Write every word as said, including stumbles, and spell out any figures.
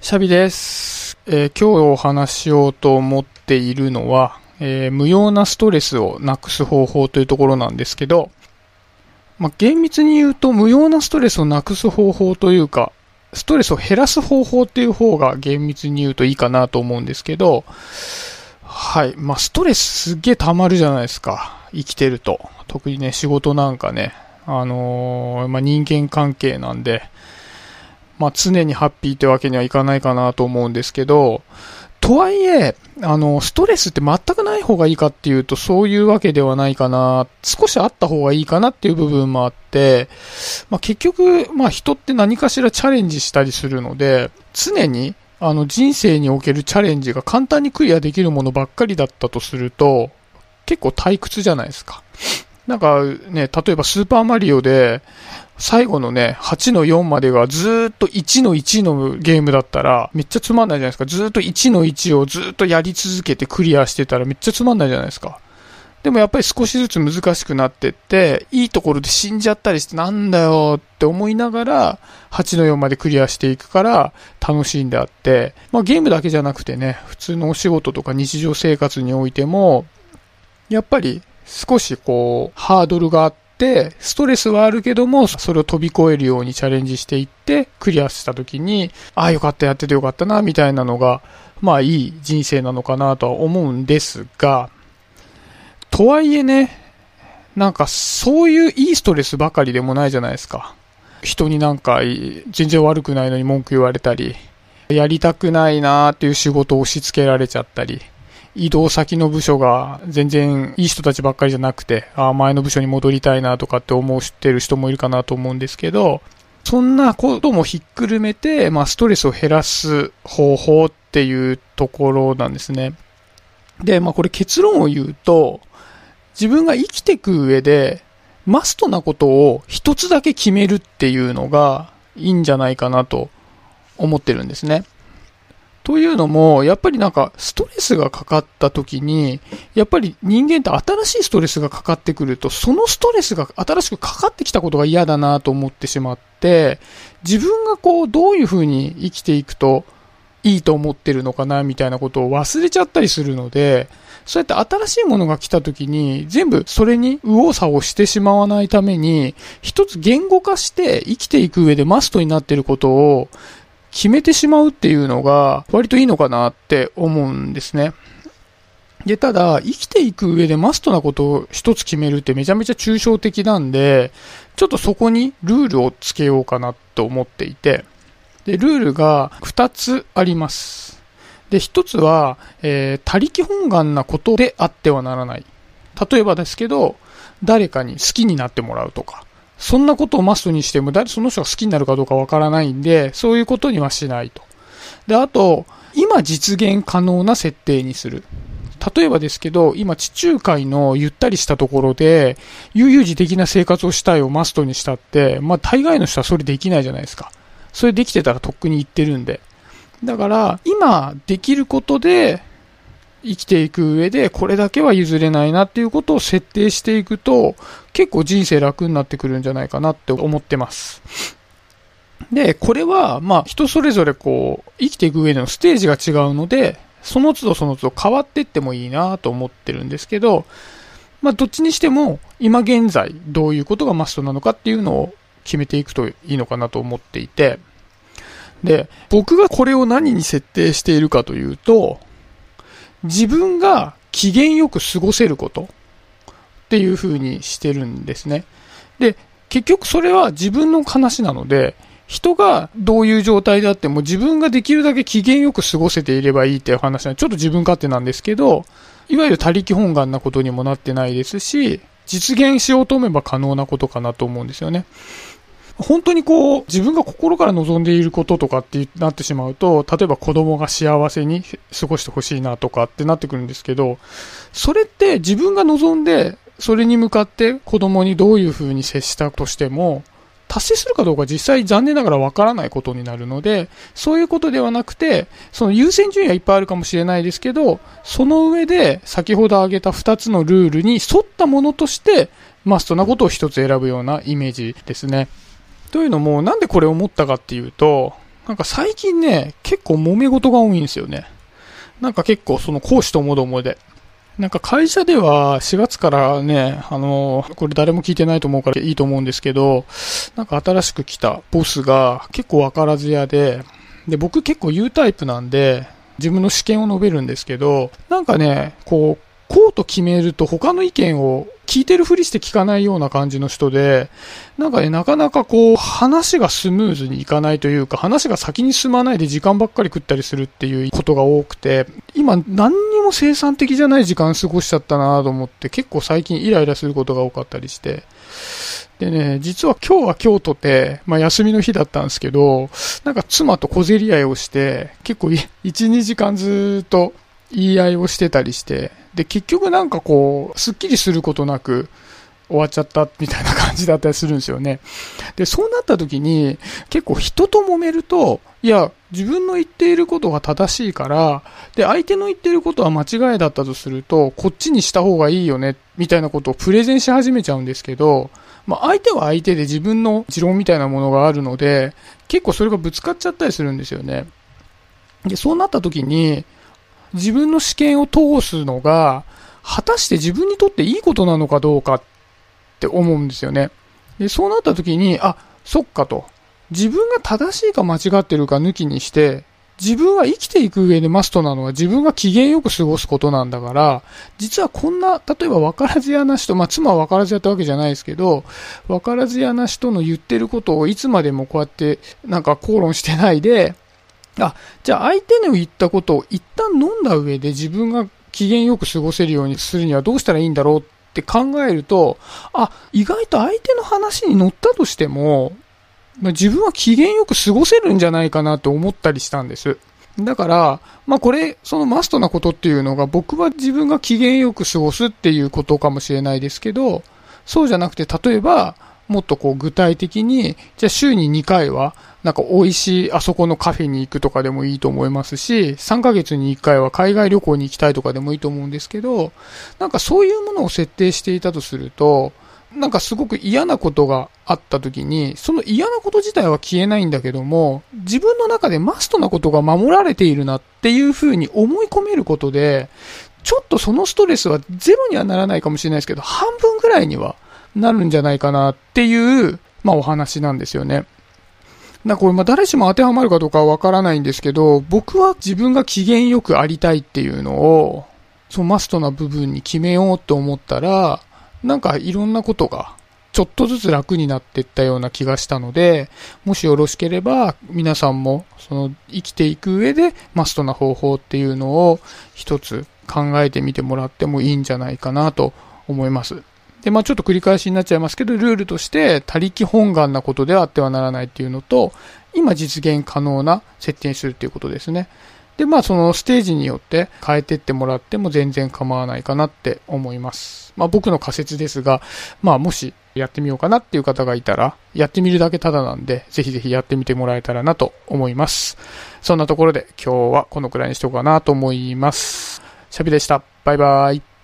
シャビです、えー、今日お話ししようと思っているのは、えー、無用なストレスをなくす方法というところなんですけど、まあ、厳密に言うと無用なストレスをなくす方法というか、ストレスを減らす方法っていう方が厳密に言うといいかなと思うんですけど、はい。まあ、ストレスすっげー溜まるじゃないですか。生きてると。特にね、仕事なんかね、あのー、まあ、人間関係なんで、まあ、常にハッピーってわけにはいかないかなと思うんですけど、とはいえ、あの、ストレスって全くない方がいいかっていうと、そういうわけではないかな。少しあった方がいいかなっていう部分もあって、まあ、結局、まあ、人って何かしらチャレンジしたりするので、常に、あの、人生におけるチャレンジが簡単にクリアできるものばっかりだったとすると、結構退屈じゃないですか。なんかね、例えばスーパーマリオで、最後のね、はちのよんまでがずーっといちのいちのゲームだったら、めっちゃつまんないじゃないですか。ずーっといちのいちをずーっとやり続けてクリアしてたらめっちゃつまんないじゃないですか。でもやっぱり少しずつ難しくなってって、いいところで死んじゃったりしてなんだよって思いながら、はちのよんまでクリアしていくから楽しいんであって、まあゲームだけじゃなくてね、普通のお仕事とか日常生活においても、やっぱり少しこう、ハードルがあって、で、ストレスはあるけども、それを飛び越えるようにチャレンジしていって、クリアした時に、ああよかった、やっててよかったな、みたいなのが、まあいい人生なのかなとは思うんですが、とはいえね、なんかそういういいストレスばかりでもないじゃないですか。人になんか全然悪くないのに文句言われたり、やりたくないなーっていう仕事を押し付けられちゃったり、移動先の部署が全然いい人たちばっかりじゃなくて、ああ、前の部署に戻りたいなとかって思ってる人もいるかなと思うんですけど、そんなこともひっくるめて、まあ、ストレスを減らす方法っていうところなんですね。で、まあ、これ結論を言うと、自分が生きていく上で、マストなことを一つだけ決めるっていうのがいいんじゃないかなと思ってるんですね。というのも、やっぱりなんか、ストレスがかかった時に、やっぱり人間って新しいストレスがかかってくると、そのストレスが新しくかかってきたことが嫌だなと思ってしまって、自分がこう、どういう風に生きていくといいと思ってるのかな、みたいなことを忘れちゃったりするので、そうやって新しいものが来た時に、全部それに右往左往してしまわないために、一つ言語化して生きていく上でマストになっていることを、決めてしまうっていうのが割といいのかなって思うんですね。で、ただ、生きていく上でマストなことを一つ決めるってめちゃめちゃ抽象的なんで、ちょっとそこにルールをつけようかなと思っていて、で、ルールが二つあります。で、一つは、えー、他力本願なことであってはならない。例えばですけど、誰かに好きになってもらうとか、そんなことをマストにしても、誰その人が好きになるかどうかわからないんで、そういうことにはしないと。で、あと、今実現可能な設定にする。例えばですけど、今地中海のゆったりしたところで、悠々自適な生活をしたいをマストにしたって、まあ大概の人はそれできないじゃないですか。それできてたらとっくに言ってるんで。だから、今できることで、生きていく上でこれだけは譲れないなっていうことを設定していくと結構人生楽になってくるんじゃないかなって思ってます。で、これはまあ人それぞれこう生きていく上でのステージが違うのでその都度その都度変わっていってもいいなと思ってるんですけど、まあどっちにしても今現在どういうことがマストなのかっていうのを決めていくといいのかなと思っていて、で、僕がこれを何に設定しているかというと、自分が機嫌よく過ごせることっていう風にしてるんですね。で、結局それは自分の話なので、人がどういう状態であっても自分ができるだけ機嫌よく過ごせていればいいっていう話はちょっと自分勝手なんですけど、いわゆる他力本願なことにもなってないですし、実現しようと思えば可能なことかなと思うんですよね。本当にこう自分が心から望んでいることとかってなってしまうと、例えば子供が幸せに過ごしてほしいなとかってなってくるんですけど、それって自分が望んでそれに向かって子供にどういう風に接したとしても達成するかどうか実際残念ながらわからないことになるので、そういうことではなくて、その優先順位はいっぱいあるかもしれないですけど、その上で先ほど挙げたふたつのルールに沿ったものとしてマストなことをひとつ選ぶようなイメージですね。というのも、なんでこれを思ったかっていうと、 なんか最近ね、結構揉め事が多いんですよね。なんか結構その講師ともどもで。なんか会社ではしがつからね、あの、これ誰も聞いてないと思うからいいと思うんですけど、なんか新しく来たボスが結構分からず屋で、で、僕結構言うタイプなんで、自分の試験を述べるんですけど、なんかね、こう、こうと決めると他の意見を聞いてるふりして聞かないような感じの人で、なんかね、なかなかこう、話がスムーズにいかないというか、話が先に進まないで時間ばっかり食ったりするっていうことが多くて、今何にも生産的じゃない時間過ごしちゃったなと思って、結構最近イライラすることが多かったりして、でね、実は今日は今日とて、まあ休みの日だったんですけど、なんか妻と小競り合いをして、結構いち、にじかんずっと言い合いをしてたりして、で、結局なんかこう、すっきりすることなく終わっちゃったみたいな感じだったりするんですよね。で、そうなった時に、結構人と揉めると、いや、自分の言っていることが正しいから、で、相手の言っていることは間違いだったとすると、こっちにした方がいいよね、みたいなことをプレゼンし始めちゃうんですけど、まあ相手は相手で自分の持論みたいなものがあるので、結構それがぶつかっちゃったりするんですよね。で、そうなった時に、自分の試験を通すのが、果たして自分にとっていいことなのかどうかって思うんですよね。で、そうなった時に、あ、そっかと。自分が正しいか間違ってるか抜きにして、自分は生きていく上でマストなのは自分が機嫌よく過ごすことなんだから、実はこんな、例えば分からずやな人、まあ妻は分からずやったわけじゃないですけど、分からずやな人の言ってることをいつまでもこうやってなんか口論してないで、あ、じゃあ相手の言ったことを一旦飲んだ上で自分が機嫌よく過ごせるようにするにはどうしたらいいんだろうって考えると、あ、意外と相手の話に乗ったとしても、自分は機嫌よく過ごせるんじゃないかなと思ったりしたんです。だから、まあこれ、そのマストなことっていうのが僕は自分が機嫌よく過ごすっていうことかもしれないですけど、そうじゃなくて例えば、もっとこう具体的に、じゃあ週ににかいは、なんか美味しいあそこのカフェに行くとかでもいいと思いますし、さんかげつにいっかいは海外旅行に行きたいとかでもいいと思うんですけど、なんかそういうものを設定していたとすると、なんかすごく嫌なことがあった時に、その嫌なこと自体は消えないんだけども、自分の中でマストなことが守られているなっていうふうに思い込めることで、ちょっとそのストレスはゼロにはならないかもしれないですけど、半分ぐらいにはなるんじゃないかなっていう、まあお話なんですよね。なんかこれまあ誰しも当てはまるかどうかはわからないんですけど、僕は自分が機嫌よくありたいっていうのを、そのマストな部分に決めようと思ったら、なんかいろんなことがちょっとずつ楽になっていったような気がしたので、もしよろしければ皆さんもその生きていく上でマストな方法っていうのを一つ考えてみてもらってもいいんじゃないかなと思います。で、まあちょっと繰り返しになっちゃいますけど、ルールとして他力本願なことではあってはならないっていうのと、今実現可能な設定にするっていうことですね。で、まあそのステージによって変えてってもらっても全然構わないかなって思います。まあ僕の仮説ですが、まあもしやってみようかなっていう方がいたら、やってみるだけただなんで、ぜひぜひやってみてもらえたらなと思います。そんなところで今日はこのくらいにしようかなと思います。シャビでした。バイバイ。